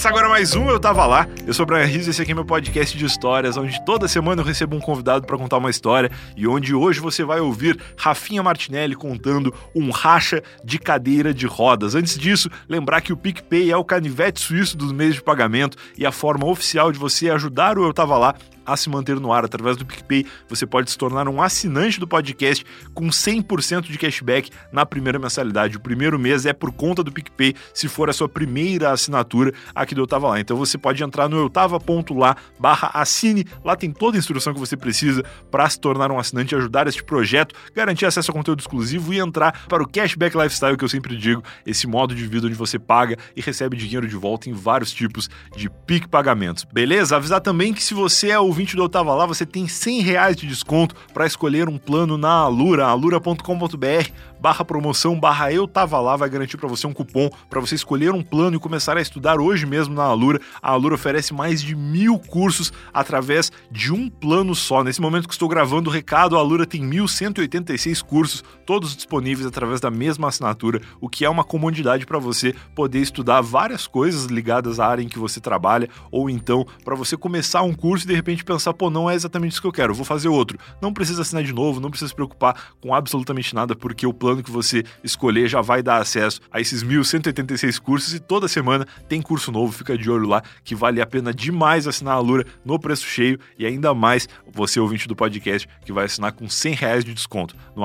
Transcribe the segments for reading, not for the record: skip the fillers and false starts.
Começa agora mais um Eu Tava Lá. Eu sou o Brian Rizzo e esse aqui é meu podcast de histórias, onde toda semana eu recebo um convidado para contar uma história e onde hoje você vai ouvir Rafinha Martinelli contando um racha de cadeira de rodas. Antes disso, lembrar que o PicPay é o canivete suíço dos meios de pagamento e a forma oficial de você ajudar o Eu Tava Lá a se manter no ar. Através do PicPay, você pode se tornar um assinante do podcast com 100% de cashback na primeira mensalidade. O primeiro mês é por conta do PicPay, se for a sua primeira assinatura aqui do Eu Tava Lá. Então você pode entrar no eutava.lá/assine. Lá tem toda a instrução que você precisa para se tornar um assinante e ajudar este projeto, garantir acesso a conteúdo exclusivo e entrar para o Cashback Lifestyle, que eu sempre digo, esse modo de vida onde você paga e recebe dinheiro de volta em vários tipos de PIC pagamentos. Beleza? Avisar também que se você é ouvinte do Eu Tava Lá, você tem R$100 de desconto para escolher um plano na Alura, alura.com.br/promoção/Eu Tava Lá, vai garantir para você um cupom para você escolher um plano e começar a estudar hoje mesmo na Alura. A Alura oferece mais de 1.000 cursos através de um plano só. Nesse momento que estou gravando o recado, a Alura tem 1.186 cursos, todos disponíveis através da mesma assinatura, o que é uma comodidade para você poder estudar várias coisas ligadas à área em que você trabalha, ou então para você começar um curso e de repente pensar, não é exatamente isso que eu quero, vou fazer outro. Não precisa assinar de novo, não precisa se preocupar com absolutamente nada, porque o plano que você escolher já vai dar acesso a esses 1.186 cursos e toda semana tem curso novo. Fica de olho lá, que vale a pena demais assinar a Alura no preço cheio, e ainda mais você, ouvinte do podcast, que vai assinar com R$100 de desconto no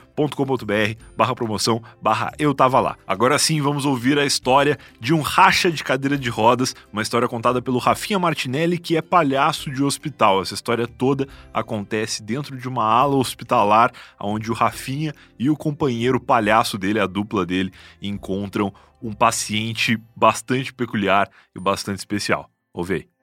alura.com.br/promoção/Eu Tava Lá. Agora sim, vamos ouvir a história de um racha de cadeira de rodas, uma história contada pelo Rafinha Martinelli, que é palhaço de hospital. Essa história toda acontece dentro de uma ala hospitalar, onde o Rafinha e o companheiro palhaço dele, a dupla dele, encontram um paciente bastante peculiar e bastante especial. Ouve aí.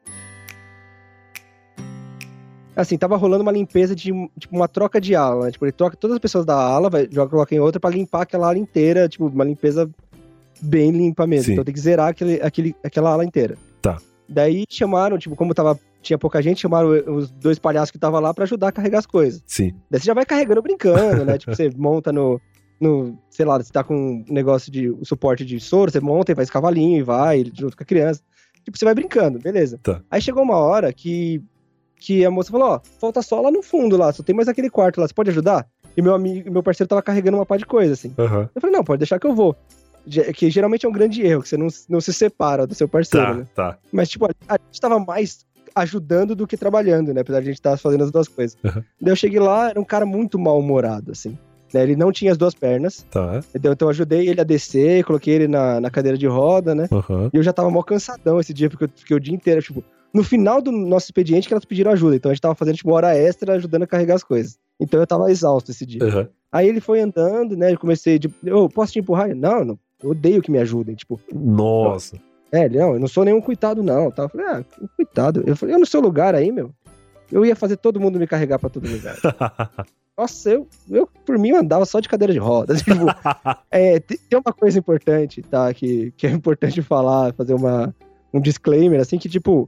Assim, tava rolando uma limpeza de, tipo, uma troca de ala, né? Tipo, ele troca todas as pessoas da ala, coloca em outra pra limpar aquela ala inteira, tipo, uma limpeza bem limpa mesmo. Sim. Então tem que zerar aquela ala inteira. Tá. Daí chamaram, tipo, como tinha pouca gente, chamaram os dois palhaços que estavam lá pra ajudar a carregar as coisas. Sim. Daí você já vai carregando, brincando, né? Tipo, você monta no sei lá, você tá com um negócio de suporte de soro, você monta e vai esse cavalinho e vai junto com a criança. Tipo, você vai brincando, beleza. Tá. Aí chegou uma hora que a moça falou, falta só lá no fundo lá, só tem mais aquele quarto lá, você pode ajudar? E meu parceiro tava carregando uma pá de coisa, assim. Uhum. Eu falei, não, pode deixar que eu vou. Que geralmente é um grande erro, que você não se separa do seu parceiro, né? Tá. Mas, tipo, a gente tava mais ajudando do que trabalhando, né? Apesar de a gente estar fazendo as duas coisas. Uhum. Daí eu cheguei lá, era um cara muito mal-humorado, assim. Né? Ele não tinha as duas pernas. Tá. Então eu ajudei ele a descer, coloquei ele na cadeira de roda, né? Uhum. E eu já tava mó cansadão esse dia, porque eu fiquei o dia inteiro, tipo... No final do nosso expediente que elas pediram ajuda. Então a gente tava fazendo, tipo, uma hora extra ajudando a carregar as coisas. Então eu tava exausto esse dia. Uhum. Aí ele foi andando, né? Eu comecei, eu posso te empurrar? Não, eu odeio que me ajudem, tipo... Nossa. Eu não sou nenhum coitado, não. Tá? Eu falei, coitado. Eu falei, eu no seu lugar aí, meu, eu ia fazer todo mundo me carregar pra todo lugar. Nossa, eu por mim, eu andava só de cadeira de rodas. Tipo, tem uma coisa importante, tá? Que é importante falar, fazer um disclaimer, assim, que, tipo,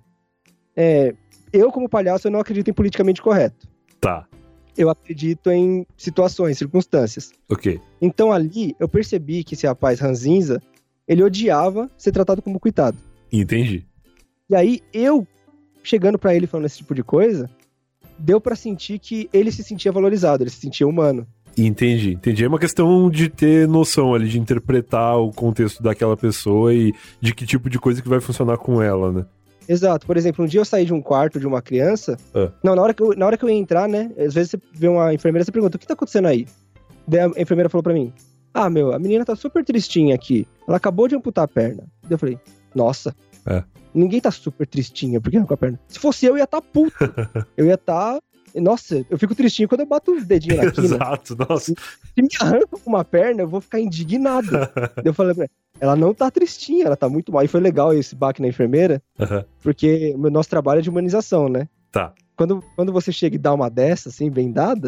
eu, como palhaço, eu não acredito em politicamente correto. Tá. Eu acredito em situações, circunstâncias. Ok. Então, ali, eu percebi que esse rapaz ranzinza, ele odiava ser tratado como coitado. Entendi. E aí, eu, chegando pra ele falando esse tipo de coisa, deu pra sentir que ele se sentia valorizado, ele se sentia humano. Entendi. É uma questão de ter noção ali, de interpretar o contexto daquela pessoa e de que tipo de coisa que vai funcionar com ela, né? Exato. Por exemplo, um dia eu saí de um quarto de uma criança... Não, na hora que eu ia entrar, né? Às vezes você vê uma enfermeira, você pergunta, o que tá acontecendo aí? Daí a enfermeira falou pra mim, a menina tá super tristinha aqui. Ela acabou de amputar a perna. Daí eu falei, nossa, ninguém tá super tristinha porque arrancou a perna. Se fosse eu ia estar puto. Eu ia estar... Nossa, eu fico tristinho quando eu bato o dedinho na quina. Exato, nossa. Se me arranca uma perna, eu vou ficar indignado. Daí eu falei pra ela não tá tristinha, ela tá muito mal. E foi legal esse baque na enfermeira, porque o nosso trabalho é de humanização, né? Tá. Quando você chega e dá uma dessa, assim, bem dada,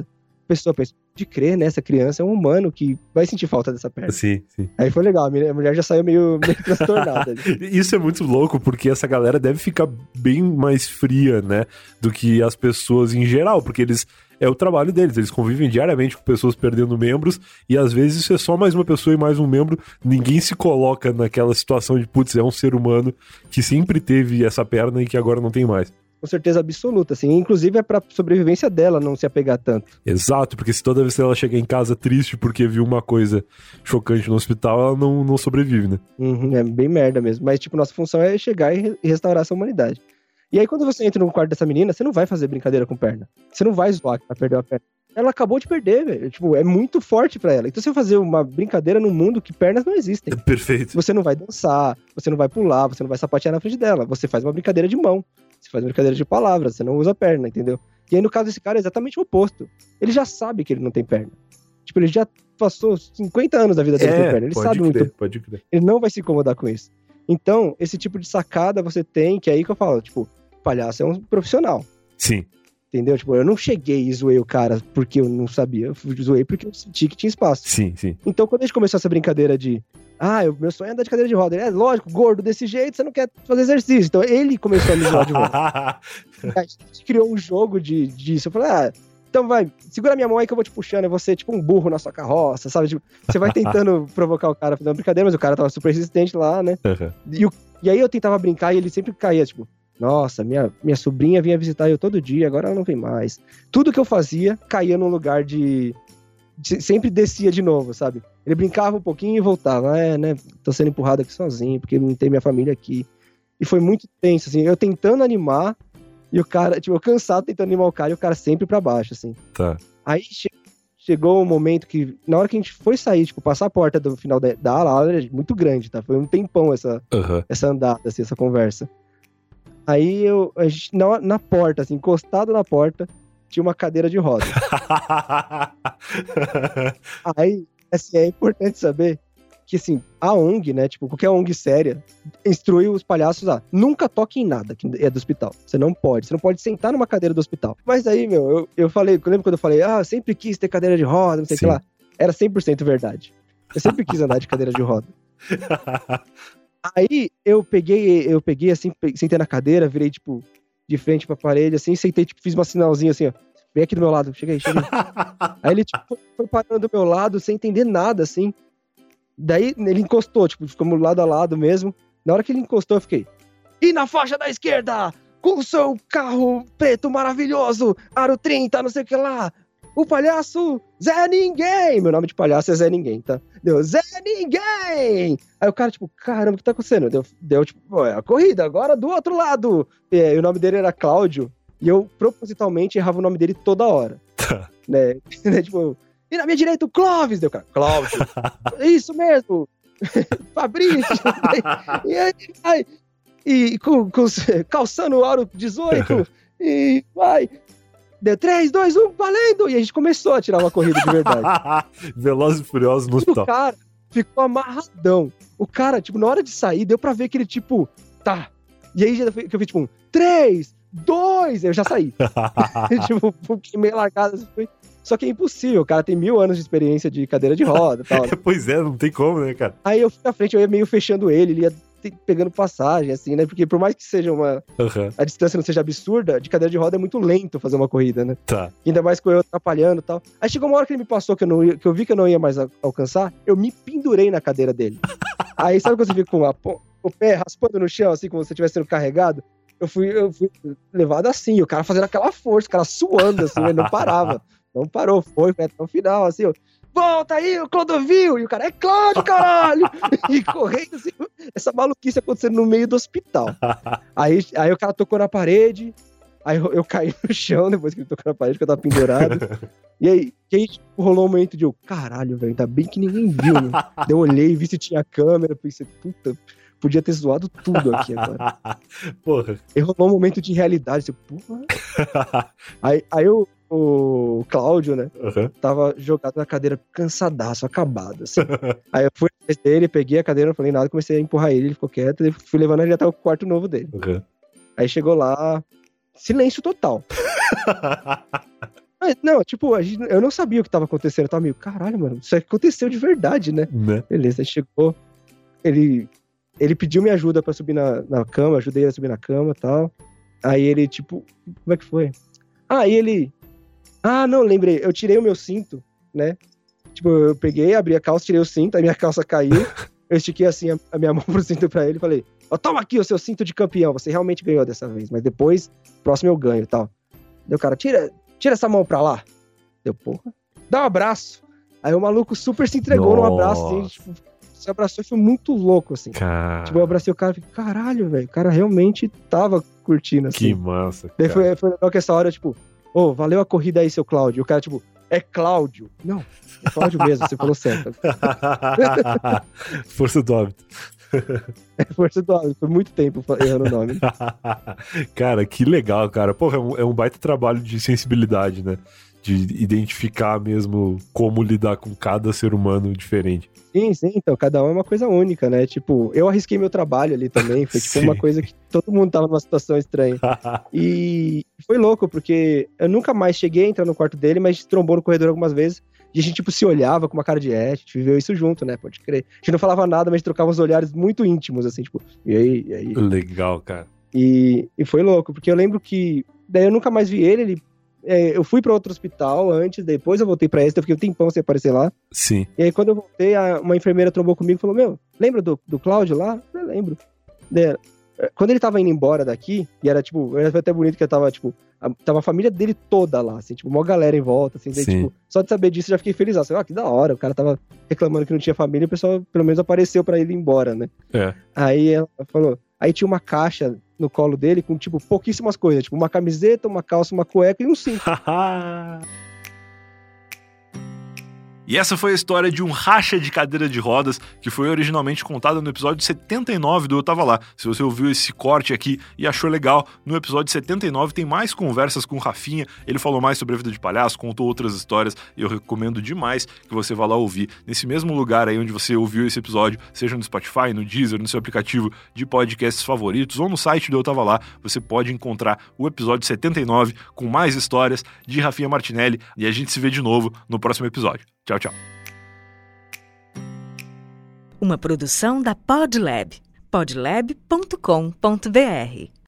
pessoa pensa, de crer, né? Essa criança é um humano que vai sentir falta dessa perna. Sim. Aí foi legal, a mulher já saiu meio transtornada. Isso é muito louco, porque essa galera deve ficar bem mais fria, né? Do que as pessoas em geral, porque é o trabalho deles, eles convivem diariamente com pessoas perdendo membros, e às vezes isso é só mais uma pessoa e mais um membro, ninguém se coloca naquela situação de, putz, é um ser humano que sempre teve essa perna e que agora não tem mais. Com certeza absoluta, assim. Inclusive é pra sobrevivência dela não se apegar tanto. Exato, porque se toda vez que ela chega em casa triste porque viu uma coisa chocante no hospital, ela não sobrevive, né? É bem merda mesmo. Mas, tipo, nossa função é chegar e restaurar essa humanidade. E aí, quando você entra no quarto dessa menina, você não vai fazer brincadeira com perna. Você não vai zoar que ela perdeu a perna. Ela acabou de perder, velho. Tipo, é muito forte pra ela. Então você vai fazer uma brincadeira num mundo que pernas não existem. Perfeito. Você não vai dançar, você não vai pular, você não vai sapatear na frente dela. Você faz uma brincadeira de mão. Você faz uma brincadeira de palavras, você não usa perna, entendeu? E aí, no caso desse cara, é exatamente o oposto. Ele já sabe que ele não tem perna. Tipo, ele já passou 50 anos da vida dele sem perna. Ele sabe muito. Pode crer. Ele não vai se incomodar com isso. Então, esse tipo de sacada você tem, que é aí que eu falo, tipo, palhaço é um profissional. Sim. Entendeu? Tipo, eu não cheguei e zoei o cara porque eu não sabia. Eu zoei porque eu senti que tinha espaço. Sim. Então, quando a gente começou essa brincadeira de meu sonho é andar de cadeira de roda. Ele, lógico, gordo desse jeito, você não quer fazer exercício. Então, ele começou a me zoar de volta. A gente criou um jogo disso. Eu falei, então vai, segura minha mão aí que eu vou te puxando. Eu vou ser tipo um burro na sua carroça, sabe? Tipo, você vai tentando provocar o cara, fazer uma brincadeira, mas o cara tava super resistente lá, né? Uhum. E aí eu tentava brincar e ele sempre caía, tipo, nossa, minha sobrinha vinha visitar eu todo dia, agora ela não vem mais. Tudo que eu fazia caía num lugar sempre descia de novo, sabe? Ele brincava um pouquinho e voltava. Né? Tô sendo empurrado aqui sozinho, porque não tem minha família aqui. E foi muito tenso, assim. Eu tentando animar e o cara, tipo, eu cansado tentando animar o cara e o cara sempre pra baixo, assim. Tá. Aí chegou um momento que, na hora que a gente foi sair, tipo, passar a porta do final da ala era muito grande, tá? Foi um tempão essa andada, assim, essa conversa. Aí a gente, na porta, assim, encostado na porta, tinha uma cadeira de roda. Aí, assim, é importante saber que, assim, a ONG, né, tipo, qualquer ONG séria, instrui os palhaços a nunca toque em nada que é do hospital. Você não pode sentar numa cadeira do hospital. Mas aí, eu falei, lembra quando eu falei, eu sempre quis ter cadeira de roda, não sei o que lá. Era 100% verdade. Eu sempre quis andar de cadeira de roda. Aí, eu peguei assim, sentei na cadeira, virei, tipo, de frente pra parede, assim, sentei, tipo, fiz uma sinalzinha assim, ó. Vem aqui do meu lado, chega aí. Aí ele, tipo, foi parando do meu lado, sem entender nada, assim. Daí ele encostou, tipo, ficamos lado a lado mesmo. Na hora que ele encostou, eu fiquei, e na faixa da esquerda, com o seu carro preto maravilhoso, aro 30, não sei o que lá, o palhaço Zé Ninguém. Meu nome de palhaço é Zé Ninguém, tá? Deu, Zé Ninguém! Aí o cara, tipo, caramba, o que tá acontecendo? Deu tipo, é a corrida, agora do outro lado. E o nome dele era Cláudio, e eu propositalmente errava o nome dele toda hora. Né? Tipo, e na minha direita o Clóvis, deu, cara, Cláudio. Isso mesmo! Fabrício! E aí, vai! E calçando o aro 18, e vai! Deu 3, 2, 1, valendo! E a gente começou a tirar uma corrida de verdade. Velozes e Furiosos no hospital. O cara ficou amarradão. O cara, tipo, na hora de sair, deu pra ver que ele, tipo, tá. E aí que eu fiz, tipo, 3, 2, eu já saí. Tipo, fiquei meio largado. Assim, só que é impossível, o cara tem 1000 anos de experiência de cadeira de roda e tal. Pois é, não tem como, né, cara? Aí eu fui na frente, eu ia meio fechando ele ia pegando passagem, assim, né? Porque por mais que seja a distância não seja absurda, de cadeira de roda é muito lento fazer uma corrida, né? Tá. Ainda mais com eu atrapalhando e tal. Aí chegou uma hora que ele me passou que eu vi que eu não ia mais alcançar, eu me pendurei na cadeira dele. Aí sabe quando você fica com o pé raspando no chão, assim, como se você estivesse sendo carregado? Eu fui levado assim, o cara fazendo aquela força, o cara suando, assim, ele não parava. Não parou, foi até o final, assim, ó. Volta aí, o Clodovil! E o cara, é Cláudio, caralho! E correndo, assim, essa maluquice acontecendo no meio do hospital. Aí o cara tocou na parede, aí eu caí no chão depois que ele tocou na parede, que eu tava pendurado. E aí rolou um momento de caralho, velho, ainda bem que ninguém viu, né? Eu olhei, vi se tinha câmera, pensei, puta, podia ter zoado tudo aqui agora. Porra. E rolou um momento de realidade, assim, porra. Aí o Cláudio, né, tava jogado na cadeira cansadaço, acabado, assim. Aí eu fui atrás dele, peguei a cadeira, não falei nada, comecei a empurrar ele ficou quieto, e fui levando ele até o quarto novo dele. Aí chegou lá, silêncio total. Não, tipo, eu não sabia o que tava acontecendo. Eu tava meio, caralho, mano, isso aconteceu de verdade, né? Beleza, aí chegou, ele pediu minha ajuda pra subir na cama, ajudei ele a subir na cama e tal. Aí ele, tipo, como é que foi? Não, lembrei, eu tirei o meu cinto, né? Tipo, eu peguei, abri a calça, tirei o cinto, aí minha calça caiu, eu estiquei assim a minha mão pro cinto pra ele e falei, toma aqui o seu cinto de campeão, você realmente ganhou dessa vez, mas depois, próximo eu ganho e tal. Daí o cara, tira essa mão pra lá. Deu, porra, dá um abraço. Aí o maluco super se entregou num abraço, assim, tipo, se abraçou e foi muito louco, assim. Tipo, eu abracei o cara e falei, caralho, velho, o cara realmente tava curtindo, assim. Que massa, Daí foi legal que essa hora, tipo, valeu a corrida aí, seu Cláudio. E o cara, tipo, é Cláudio. Não, é Cláudio mesmo, você falou certo. Força do hábito. Força do hábito, foi muito tempo errando o nome. Cara, que legal, cara. Porra, é um baita trabalho de sensibilidade, né? De identificar mesmo como lidar com cada ser humano diferente. Sim, então, cada um é uma coisa única, né? Tipo, eu arrisquei meu trabalho ali também, foi tipo uma coisa que todo mundo tava numa situação estranha. E foi louco, porque eu nunca mais cheguei a entrar no quarto dele, mas a gente trombou no corredor algumas vezes, e a gente, tipo, se olhava com uma cara de a gente viveu isso junto, né? Pode crer. A gente não falava nada, mas a gente trocava uns olhares muito íntimos, assim, tipo, e aí? Legal, cara. E foi louco, porque eu lembro que, daí eu nunca mais vi ele eu fui pra outro hospital antes, depois eu voltei pra esse, eu fiquei um tempão sem aparecer lá. Sim. E aí quando eu voltei, uma enfermeira trombou comigo e falou, meu, lembra do Cláudio lá? Eu lembro. Quando ele tava indo embora daqui, e era tipo, era até bonito que eu tava, tipo, tava a família dele toda lá, assim, tipo, uma galera em volta, assim, daí, tipo, só de saber disso eu já fiquei feliz, assim, que da hora, o cara tava reclamando que não tinha família, e o pessoal pelo menos apareceu pra ele ir embora, né? Aí ela falou, aí tinha uma caixa no colo dele com, tipo, pouquíssimas coisas, tipo, uma camiseta, uma calça, uma cueca e um cinto. E essa foi a história de um racha de cadeira de rodas que foi originalmente contada no episódio 79 do Eu Tava Lá. Se você ouviu esse corte aqui e achou legal, no episódio 79 tem mais conversas com o Rafinha, ele falou mais sobre a vida de palhaço, contou outras histórias e eu recomendo demais que você vá lá ouvir. Nesse mesmo lugar aí onde você ouviu esse episódio, seja no Spotify, no Deezer, no seu aplicativo de podcasts favoritos ou no site do Eu Tava Lá, você pode encontrar o episódio 79 com mais histórias de Rafinha Martinelli e a gente se vê de novo no próximo episódio. Tchau, tchau. Uma produção da PodLab. podlab.com.br